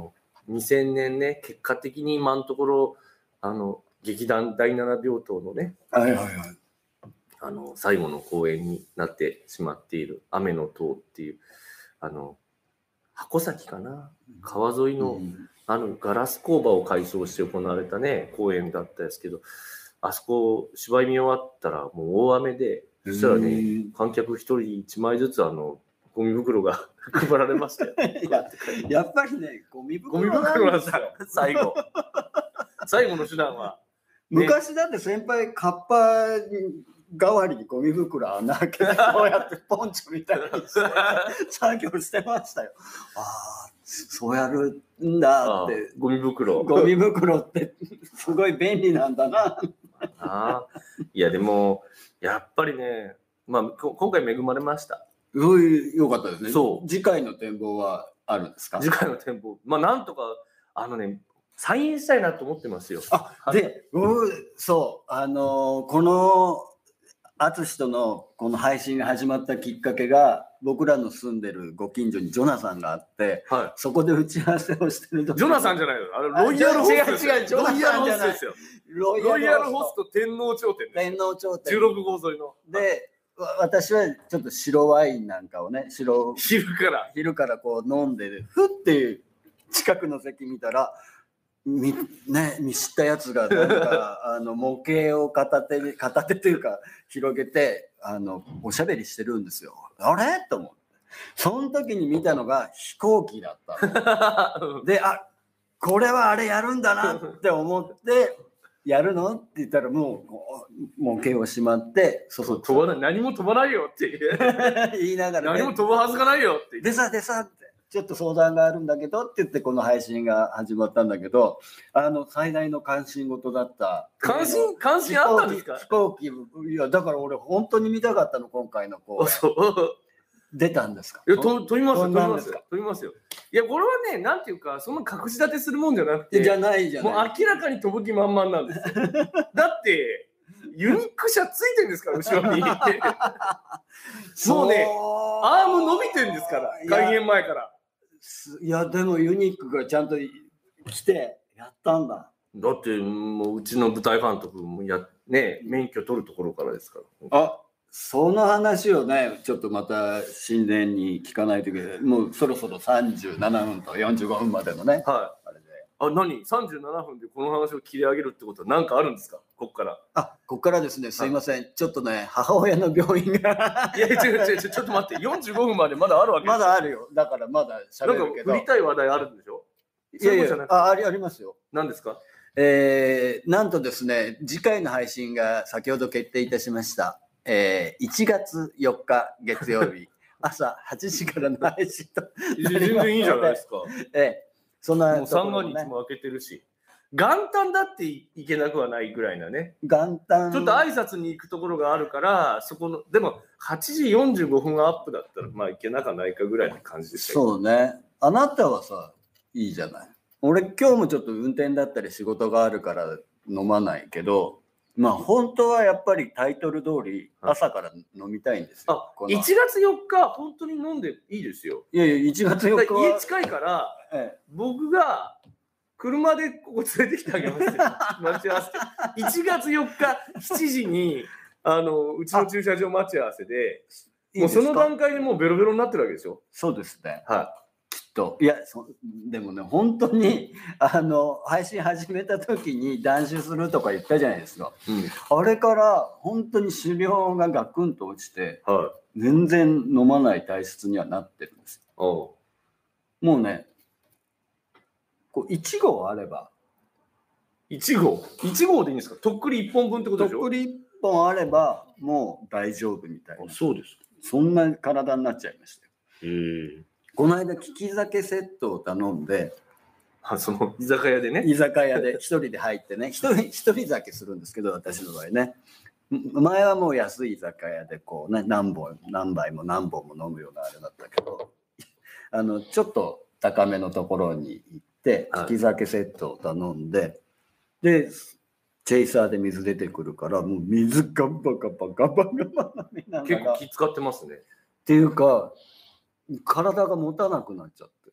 にせんねんね、結果的に今のところ、あの、劇団第七病棟のね、 はいはいはい。 あの、最後の公演になってしまっている、雨の塔っていう、あの、箱崎かな、川沿いの、 うんあの、ガラス工場を改装して行われたね、公演だったんですけど、あそこ、芝居見終わったら、もう大雨で、そしたらね、観客一人一枚ずつ、あの、ゴミ袋が配られましたよ。 いややっぱりね、ゴミゴミ袋袋なんんだなですよ。、 最後。最後の手段は。ね昔だって先輩、カッパ代わりにゴミ袋穴開けて、こうやってポンチョみたいにして作業してましたよ。ああ、そうやるんだって。 ゴミ袋。 ゴミ袋ってすごい便利なんだな。 あいや、でも、やっぱりね、まあ、こ今回恵まれました。 すごい良かったですね。 そう次回の展望はあるんですか？ 次回の展望。まあ、なんとか、あのね、サインしたいなと思ってますよ。 あ、で、うんそう、あのーこの、淳とのこの配信が始まったきっかけが、僕らの住んでるご近所にジョナサンがあって、 はそこで打ち合わせをしてるとい。ジョナサンじゃないの。あれ、ロイヤルホストですよ。 違う違うジョナロイヤルホサンじゃないストですよ。 ロロイヤルホスト天皇頂点です。 天皇頂点じゅうろくごう沿いの。 で、わ私はちょっと白ワインなんかをね、白昼から。 昼からこう飲んで、ふって近くの席見たら、みね、見知ったやつがなんかあの模型を片手に片手というか広げてあのおしゃべりしてるんですよ。あれと思って、その時に見たのが飛行機だったので、あ、これはあれやるんだなって思ってやるのって言ったら、もう模型をしまって、 そうそう、飛ばない、何も飛ばないよって言いながら、 何も飛ぶはずがないよってでさでさってちょっと相談があるんだけどって言ってこの配信が始まったんだけど、あの最大の関心事だった関心関心あったんですか？ 飛行機、飛行機いやだから俺本当に見たかったの、今回のこうそう出たんですか？ いや、と飛びますよ、飛び飛んだんですか？ ますよ、飛びますよ。いや、これはね、なんていうか、そんな隠し立てするもんじゃなくて、 じゃないじゃもうない。 明らかに飛ぶ気満々なんですよ。だって、ユニック車ついてるんですから、後ろに。もうね、アーム伸びてるんですから、開演前から。 いや、でもユニックがちゃんと来てやったんだ。 だって、もううちの舞台監督もや、ね、免許取るところからですから。 あ、その話をね、ちょっとまた新年に聞かないといけない。もうそろそろさんじゅうななふんとよんじゅうごふんまでのね。 はい。 あれで。 あ、何 ?さんじゅうななふんでこの話を切り上げるってことは何かあるんですか、ここから。 あ、ここからですね、すいません。ちょっとね、母親の病院が。 いや、違う違う違う、ちょっと待って、よんじゅうごふんまでまだあるわけまだあるよ。だからまだ喋なんかるけど。 振りたい話題あるんでしょ？ いやいや、 そういうことじゃなくてあ、ありありますよ。 何ですか？ えー、なんとですね、次回の配信が先ほど決定いたしました。えー、いちがつよっか月曜日、朝はちじからの配信となりますので。 全然いいじゃないですか。 ええ、そんなもう三が日も明けてるし、元旦だっていけなくはないぐらいなね。 元旦ちょっと挨拶に行くところがあるから、そこの、でもはちじよんじゅうごふんアップだったら、まあいけなかないかぐらいの感じでしたけど。 そうね。あなたはさ、いいじゃない。俺今日もちょっと運転だったり仕事があるから飲まないけど、まあ本当はやっぱりタイトル通り朝から飲みたいんですよ。 あ、いちがつよっか本当に飲んでいいですよ。 いやいや、いちがつよっかは家近いから、 ええ、 僕が車でここ連れてきてあげますよ。待ち合わせて。いちがつよっかしちじにあのうちの駐車場待ち合わせで、 いいもうその段階でもうベロベロになってるわけですよ。 そうですね。 はい。 といやそでもね、本当にあの配信始めた時に断酒するとか言ったじゃないですか、うん、あれから本当に酒量がガクンと落ちて、はい、全然飲まない体質にはなってるんですよ。もうね、こういちごあればいちごいちごでいいんですか？とっくりいっぽんぶんってことでしょ？ とっくりいっぽんあればもう大丈夫みたいな。 あ、そうですか。 そんな体になっちゃいましたよ。 へえ。 この間利き酒セットを頼んで、 あ、その居酒屋でね、 居酒屋で一人で入ってね、一人一人酒するんですけど、私の場合ね、前はもう安い居酒屋でこうね、何本何杯も何本も飲むようなあれだったけど、あのちょっと高めのところに行って利き酒セットを頼んで、はい、でチェイサーで水出てくるから、もう水ガバガバガバガバ飲みながら、 結構気使ってますね。 っていうか体が持たなくなっちゃって、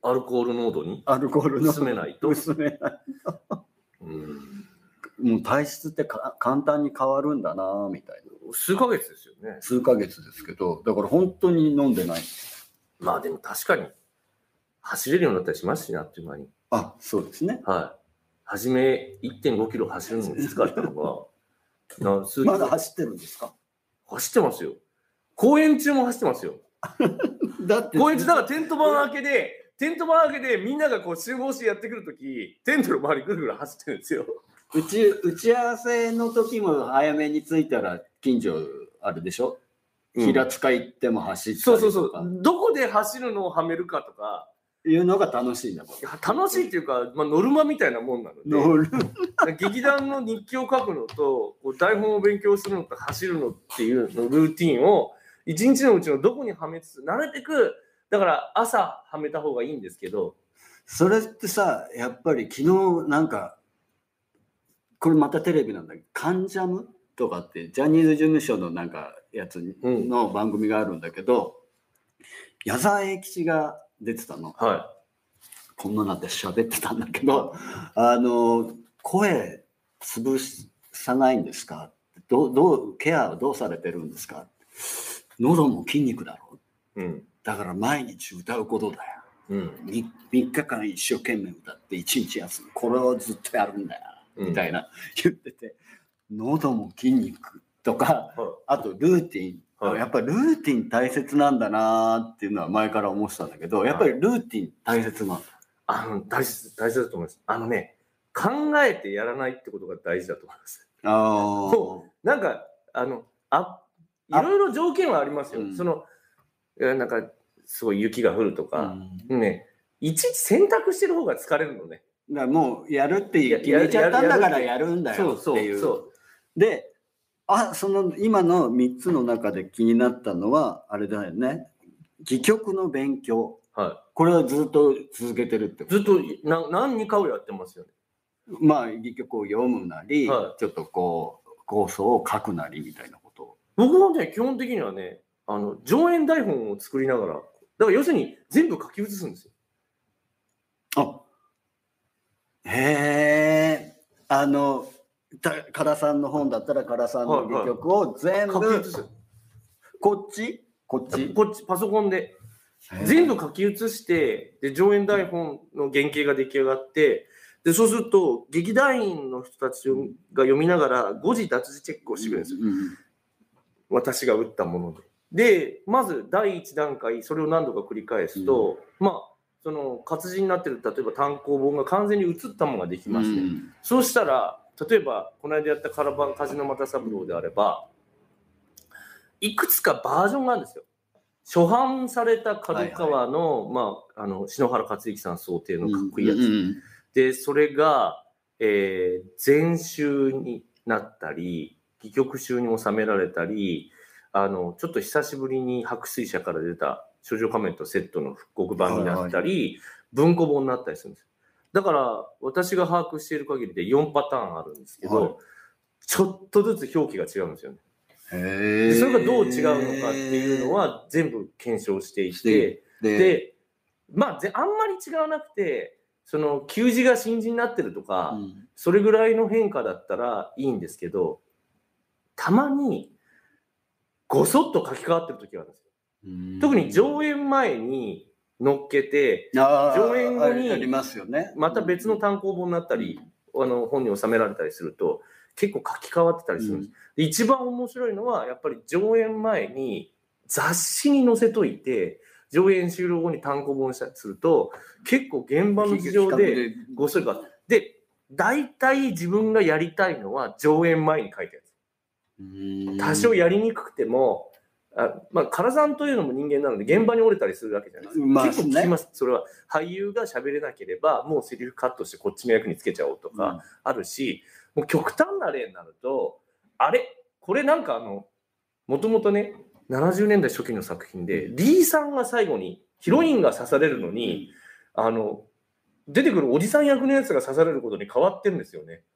アルコール濃度にアルコールの薄めないと。 薄めないうんもう体質ってか簡単に変わるんだなみたいな。 数ヶ月ですよね。 数ヶ月ですけど、だから本当に飲んでない。 まあでも確かに走れるようになったりしますしね、あっという間に。 あ、そうですね。 はい。初めいってんごキロ走るのに疲れたのが、な数まだ走ってるんですか？ 走ってますよ。公演中も走ってますよ。 だって公演中だからテント板開けで、テント板開けでみんながこう集合してやってくるとき、テントの周りぐるぐる走ってるんですよ。 打ち打ち合わせの時も早めに着いたら近所あるでしょ、 うん平塚行っても走ったりそうとかそうそう。どこで走るのをはめるかとか、 いうのが楽しいんだもん。 いや楽しいっていうか、まあ、ノルマみたいなもんなので、 乗る劇団の日記を書くのと、こう台本を勉強するのと走るのっていうのルーティンを一日のうちのどこにはめつつ、なるべくだから朝はめた方がいいんですけど、 それってさ、やっぱり昨日なんかこれまたテレビなんだけど、カンジャムとかってジャニーズ事務所のなんかやつの番組があるんだけど、矢沢永吉が出てたの。 はこんななって喋ってたんだけど、あの声潰さないんですか？どうどうケアはどうされてるんですか？喉も筋肉だろい。うん。 だから毎日歌うことだよ。 うん。 みみっかかん一生懸命歌っていちにち休む。これをずっとやるんだよ。みたいな言ってて、喉も筋肉とか、 はいあとルーティン、 はいやっぱりルーティン大切なんだなっていうのは前から思ってたんだけど、やっぱりルーティン大切なんだ。 あの大切大切だと思います。あのね、考えてやらないってことが大事だと思います。 あもうなんかあのあいろいろ条件はありますよ。 うんそのえなんかすごい雪が降るとか、 うんね、いちいち選択してる方が疲れるのね。 だからもうやるって決めちゃったんだからやるんだよっていう。 そうそうで、あ、その今のみっつの中で気になったのはあれだよね。戯曲の勉強。 はこれはずっと続けてるってい。ずっとな何にかをやってますよね。 まあ戯曲を読むなり、 はいちょっとこう構想を書くなりみたいなことを。 僕はね基本的にはねあの上演台本を作りながら、だから要するに全部書き写すんですよ。 あ、へえ。あの唐さんの本だったら唐さんの戯曲を全部、 書き写す。 こっちこっちこっちパソコンで全部書き写して、で上演台本の原型が出来上がって、でそうすると劇団員の人たちが読みながら誤字脱字チェックをしてくれるんですよ、 うんうん、 私が打ったもので。でまず第一段階それを何度か繰り返すと、うん、まあその活字になってる例えば単行本が完全に写ったものができますね、うん、そうしたら例えばこの間やったカラバン梶野又三郎であればいくつかバージョンがあるんですよ。初版された角川の、はいはい、まあ、あの篠原勝之さん想定のかっこいいやつ、うんうん、でそれが、えー、全集になったり戯曲集に収められたり、あのちょっと久しぶりに白水社から出た少女仮面とセットの復刻版になったり、はいはい、文庫本になったりするんです。だから私が把握している限りでよんパターンあるんですけど、はい、ちょっとずつ表記が違うんですよね。でそれがどう違うのかっていうのは全部検証していて、で, でまああんまり違わなくて、その旧字が新字になってるとか、うん、それぐらいの変化だったらいいんですけど、たまにごそっと書き換わってる時があるんですよ。特に上演前に乗っけて上演後にまた別の単行本になったり、あの本に収められたりすると結構書き換わってたりするんです、うん、で一番面白いのはやっぱり上演前に雑誌に載せといて上演終了後に単行本したりすると結構現場の事情でごそりがで大体自分がやりたいのは上演前に書いたやつ。多少やりにくくてもあ、まあ、唐さんというのも人間なので現場に折れたりするわけじゃないですか、まあ、結構聞きます、ね、それは俳優が喋れなければもうセリフカットしてこっちの役につけちゃおうとかあるし、うん、もう極端な例になるとあれこれなんかあのもともとねななじゅうねんだい初期の作品でリーさんが最後にヒロインが刺されるのに、うん、あの出てくるおじさん役のやつが刺されることに変わってるんですよね。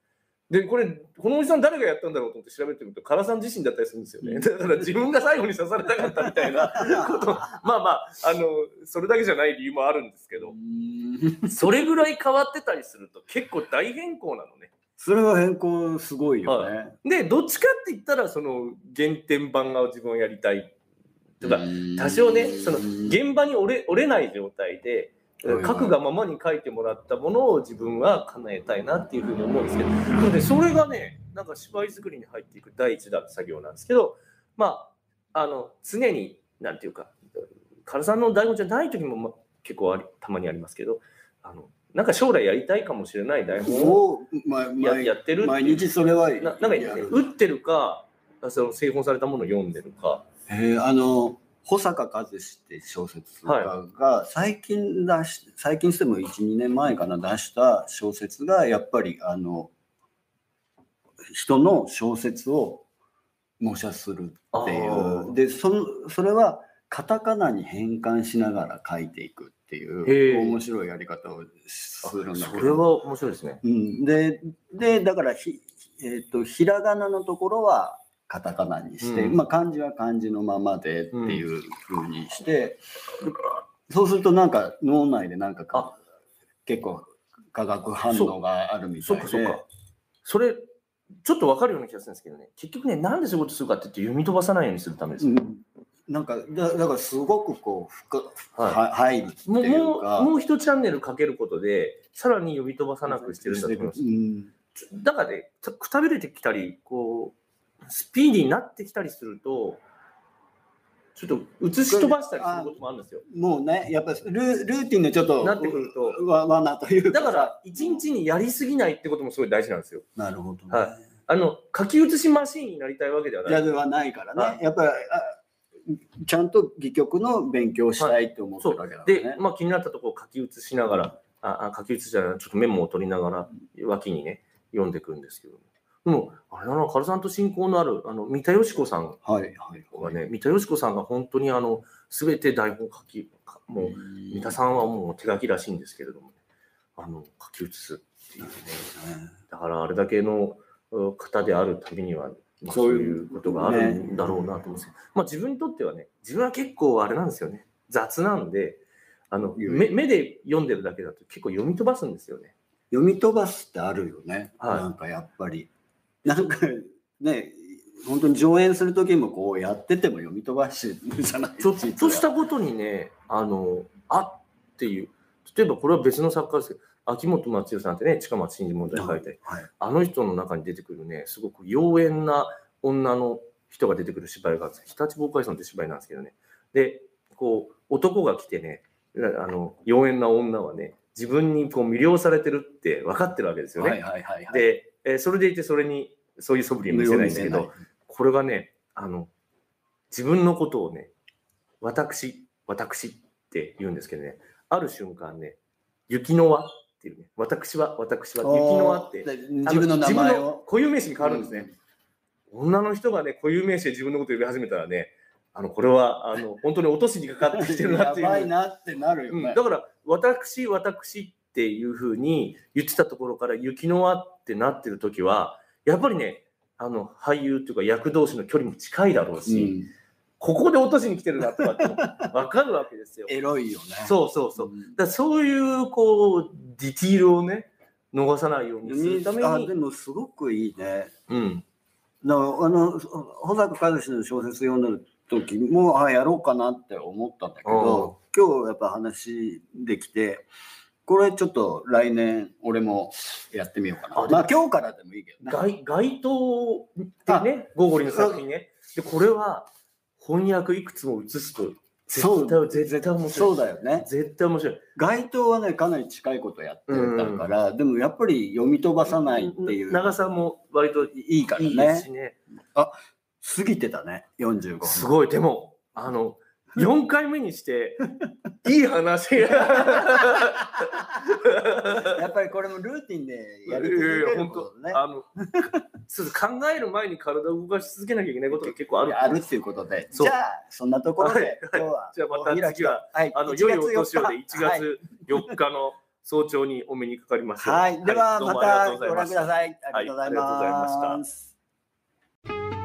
でこれこのおじさん誰がやったんだろうと思って調べてみると唐さん自身だったりするんですよね。だから自分が最後に刺されたかったみたいなことまあまああのそれだけじゃない理由もあるんですけど、それぐらい変わってたりすると結構大変更なのね。 それは変更すごいよね。 はい、でどっちかって言ったらその原点版が自分をやりたいとか、多少ねその現場に折れ折れない状態で書くがままに書いてもらったものを自分は叶えたいなっていうふうに思うんですけど、なのでそれがねなんか芝居作りに入っていく第一弾の作業なんですけど、まああの常になんていうか唐さんの台本じゃない時も、ま、結構ありたまにありますけど、あのなんか将来やりたいかもしれない台本を や, やってるって毎日それはななんか、ね、打ってるかその製本されたものを読んでるか。 えー、あの保坂和志って小説家が最近出し、最近してもいち、にねんまえかな出した小説がやっぱりあの人の小説を模写するっていうで そ, それはカタカナに変換しながら書いていくっていう面白いやり方をするんだけど、 それは面白いですね。 うん、で, でだからひ、えーと、ひらがなのところはカタカナにして、うん、まあ漢字は漢字のままでっていう風にして、うん、そうするとなんか脳内でなんかか結構化学反応があるみたいで、 そうかそうか、それちょっと分かるような気がするんですけどね、結局ねなんでそういうことするかって言って読み飛ばさないようにするためですよ、ね、うん、 なんか だ, だからすごくこう深は入るっていうか、 もうもう一チャンネルかけることでさらに読み飛ばさなくしてるんだと思います、うん、だからねくたびれてきたりこうスピーディーになってきたりするとちょっと映し飛ばしたりすることもあるんですよ。 もうねやっぱり ル, ルーティンのちょっとなってくると罠というか、 だから一日にやりすぎないってこともすごい大事なんですよ。 なるほど、ね、 はい、あの書き写しマシーンになりたいわけではない。 じゃではないからね、はい、やっぱりちゃんと戯曲の勉強したいって思ってるわけだからね。 で、まあ、気になったところを書き写しながら、うん、あ書き写しじゃないちょっとメモを取りながら脇にね読んでいくんですけど、でもあれだな、唐さんと親交のあるあの三田佳子さんがね、はいはいはい、三田佳子さんが本当にあの全て台本書きもう三田さんはもう手書きらしいんですけれども、ね、あの書き写すっていうね、だからあれだけの方であるたびには、まあ、そういうことがあるんだろうなと思うんですけど、まあ、自分にとってはね自分は結構あれなんですよね、雑なんであの 目, 目で読んでるだけだと結構読み飛ばすんですよね。 読み飛ばすってあるよね、はい、なんかやっぱりなんかね本当に上演する時もこうやってても読み飛ばしてるじゃない。 ちょっとしたことにねあのあっていう、例えばこれは別の作家ですけど秋元松代さんってね近松真司問題書いて、はい、あの人の中に出てくるねすごく妖艶な女の人が出てくる芝居があるんです。日立ボーカイソンって芝居なんですけどね、でこう男が来てねあの妖艶な女はね自分にこう魅了されてるって分かってるわけですよね。で、えー、それでいてそれにそういう素振りを見せないんですけど、これがねあの自分のことをね私私って言うんですけどね、ある瞬間ね雪の輪っていうね私は私は雪の輪って自分の名前を固有名詞に変わるんですね、うん、女の人がね固有名詞で自分のことを呼び始めたらねあのこれはあの本当に落としにかかってきてるなっていうやばいなってなるよね、 うん、だから私私っていうふうに言ってたところから雪の輪ってなってる時はやっぱりねあの俳優というか役同士の距離も近いだろうし、うん、ここで落としに来てるなとかって分かるわけですよ。 エロいよね。 そうそうそう、うん、だからそういうこうディティールをね逃さないようにするために、 あでもすごくいいね。 うん、 だからあの保坂和志の小説読んでる時もあやろうかなって思ったんだけど、今日やっぱ話できてこれちょっと来年俺もやってみようかな。あまあ今日からでもいいけどね。街頭ってねゴーゴリの作品ね。でこれは翻訳いくつも写すと絶対絶対面白い。 そうだよね。 絶対面白い。 街頭はねかなり近いことやってるから、うん、でもやっぱり読み飛ばさないっていう。 長さも割といいからね。いいですしね。 あ過ぎてたねよんじゅうごふん。 すごい。でもあのよんかいめにしていい話やっぱりこれもルーティンでやり続けることね。 あの考える前に体を動かし続けなきゃいけないことが結構あるあるっていうことで、じゃあそんなところで、はい、今日はじゃあまた次は、はい、あの良いお年をでいちがつよっかの早朝にお目にかかりましょう。 はい、ではまどうもありがたとうございましたご覧ください。ありがとうございはいありがとうございましたます。